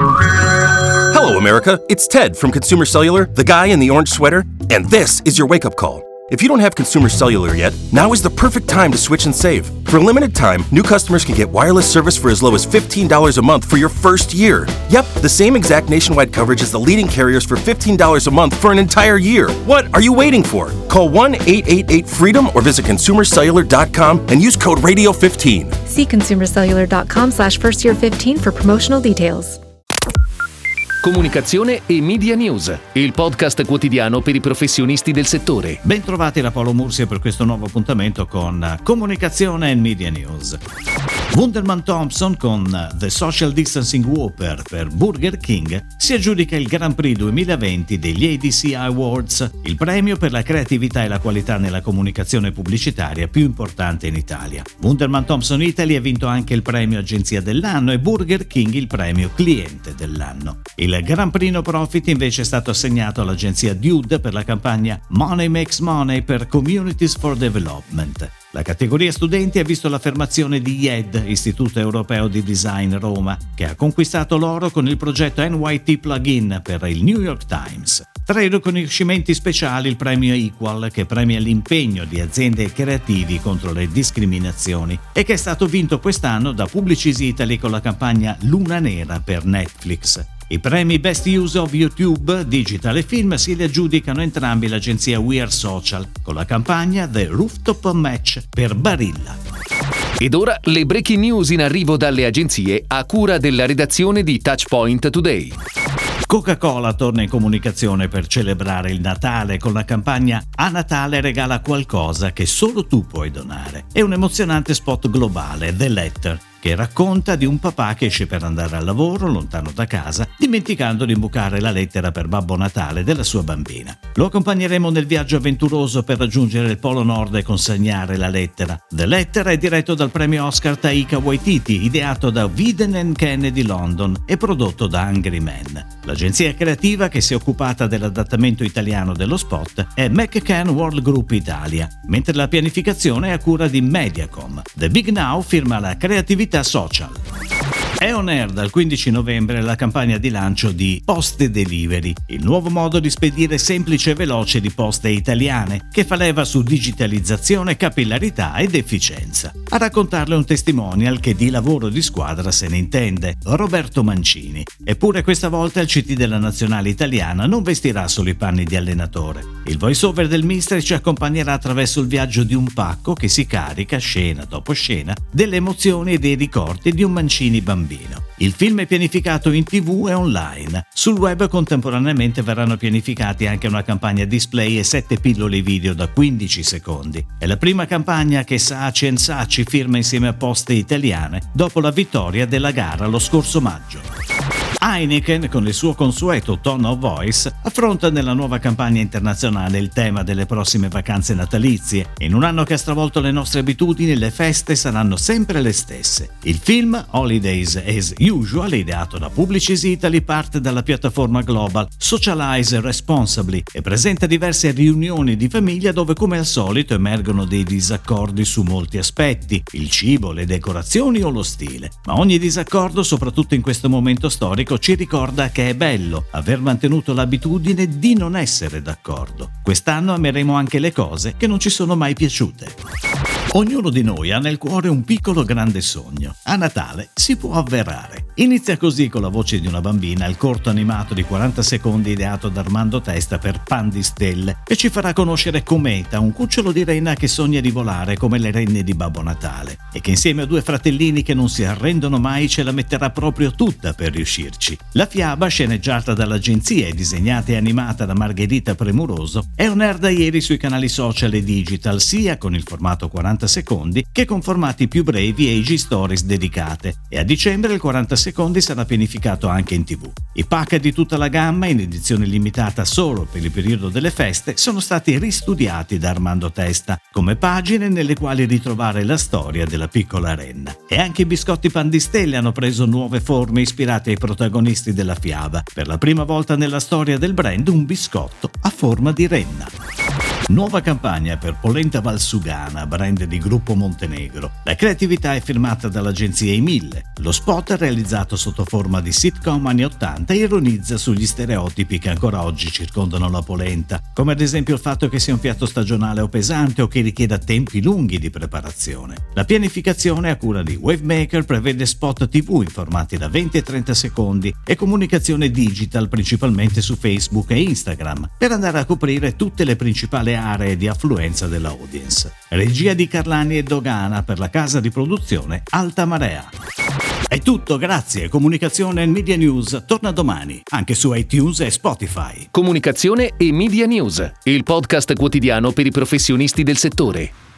Hello, America. It's Ted from Consumer Cellular, the guy in the orange sweater, and this is your wake-up call. If you don't have Consumer Cellular yet, now is the perfect time to switch and save. For a limited time, new customers can get wireless service for as low as $15 a month for your first year. Yep, the same exact nationwide coverage as the leading carriers for $15 a month for an entire year. What are you waiting for? Call 1-888-FREEDOM or visit consumercellular.com and use code RADIO15. See consumercellular.com/firstyear15 for promotional details. Comunicazione e Media News, il podcast quotidiano per i professionisti del settore. Bentrovati da Paolo Mursia per questo nuovo appuntamento con Comunicazione e Media News. Wunderman Thompson con The Social Distancing Whopper per Burger King si aggiudica il Grand Prix 2020 degli ADC Awards, il premio per la creatività e la qualità nella comunicazione pubblicitaria più importante in Italia. Wunderman Thompson Italy ha vinto anche il premio Agenzia dell'anno e Burger King il premio Cliente dell'anno. Il Grand Prix No Profit invece è stato assegnato all'agenzia Dude per la campagna Money Makes Money per Communities for Development. La categoria studenti ha visto l'affermazione di IED, Istituto Europeo di Design Roma, che ha conquistato l'oro con il progetto NYT Plugin per il New York Times. Tra i riconoscimenti speciali il premio Equal, che premia l'impegno di aziende e creativi contro le discriminazioni e che è stato vinto quest'anno da Publicis Italy con la campagna Luna Nera per Netflix. I premi Best Use of YouTube, Digital e Film si li aggiudicano entrambi l'agenzia We Are Social con la campagna The Rooftop Match per Barilla. Ed ora le breaking news in arrivo dalle agenzie a cura della redazione di Touchpoint Today. Coca-Cola torna in comunicazione per celebrare il Natale con la campagna A Natale regala qualcosa che solo tu puoi donare. È un emozionante spot globale, The Letter, che racconta di un papà che esce per andare al lavoro lontano da casa, dimenticando di imbucare la lettera per Babbo Natale della sua bambina. Lo accompagneremo nel viaggio avventuroso per raggiungere il Polo Nord e consegnare la lettera. The Letter è diretto dal premio Oscar Taika Waititi, ideato da Wieden & Kennedy London e prodotto da Angry Man. L'agenzia creativa che si è occupata dell'adattamento italiano dello spot è McCann World Group Italia, mentre la pianificazione è a cura di Mediacom. The Big Now firma la creatività social. È on air dal 15 novembre la campagna di lancio di Poste Delivery, il nuovo modo di spedire semplice e veloce di poste italiane che fa leva su digitalizzazione, capillarità ed efficienza. A raccontarle un testimonial che di lavoro di squadra se ne intende, Roberto Mancini. Eppure questa volta il CT della nazionale italiana non vestirà solo i panni di allenatore. Il voice-over del mister ci accompagnerà attraverso il viaggio di un pacco che si carica scena dopo scena delle emozioni e dei ricordi di un Mancini bambino. Il film è pianificato in TV e online. Sul web contemporaneamente verranno pianificati anche una campagna display e 7 pillole video da 15 secondi. È la prima campagna che Saatchi & Saatchi firma insieme a Poste Italiane dopo la vittoria della gara lo scorso maggio. Heineken, con il suo consueto tone of voice, affronta nella nuova campagna internazionale il tema delle prossime vacanze natalizie. In un anno che ha stravolto le nostre abitudini, le feste saranno sempre le stesse. Il film Holidays as Usual, ideato da Publicis Italy, parte dalla piattaforma global Socialize Responsibly e presenta diverse riunioni di famiglia dove, come al solito, emergono dei disaccordi su molti aspetti: il cibo, le decorazioni o lo stile. Ma ogni disaccordo, soprattutto in questo momento storico, ci ricorda che è bello aver mantenuto l'abitudine di non essere d'accordo. Quest'anno ameremo anche le cose che non ci sono mai piaciute. Ognuno di noi ha nel cuore un piccolo grande sogno. A Natale si può avverare. Inizia così con la voce di una bambina il corto animato di 40 secondi ideato da Armando Testa per Pan di Stelle e ci farà conoscere Cometa, un cucciolo di renna che sogna di volare come le renne di Babbo Natale e che insieme a due fratellini che non si arrendono mai ce la metterà proprio tutta per riuscirci. La fiaba, sceneggiata dall'agenzia e disegnata e animata da Margherita Premuroso, è on air da ieri sui canali social e digital, sia con il formato 40 secondi che con formati più brevi e IG Stories dedicate, e a dicembre il 40 secondi sarà pianificato anche in TV. I pack di tutta la gamma, in edizione limitata solo per il periodo delle feste, sono stati ristudiati da Armando Testa come pagine nelle quali ritrovare la storia della piccola renna. E anche i biscotti Pan di Stelle hanno preso nuove forme ispirate ai protagonisti della fiaba. Per la prima volta nella storia del brand un biscotto a forma di renna. Nuova campagna per Polenta Valsugana, brand di Gruppo Montenegro. La creatività è firmata dall'agenzia I1000. Lo spot, realizzato sotto forma di sitcom anni 80, ironizza sugli stereotipi che ancora oggi circondano la polenta, come ad esempio il fatto che sia un piatto stagionale o pesante o che richieda tempi lunghi di preparazione. La pianificazione a cura di Wavemaker prevede spot TV in formati da 20 e 30 secondi e comunicazione digital principalmente su Facebook e Instagram per andare a coprire tutte le principali aree di affluenza della audience. Regia di Carlani e Dogana per la casa di produzione Alta Marea. È tutto, grazie. Comunicazione e Media News torna domani, anche su iTunes e Spotify. Comunicazione e Media News, il podcast quotidiano per i professionisti del settore.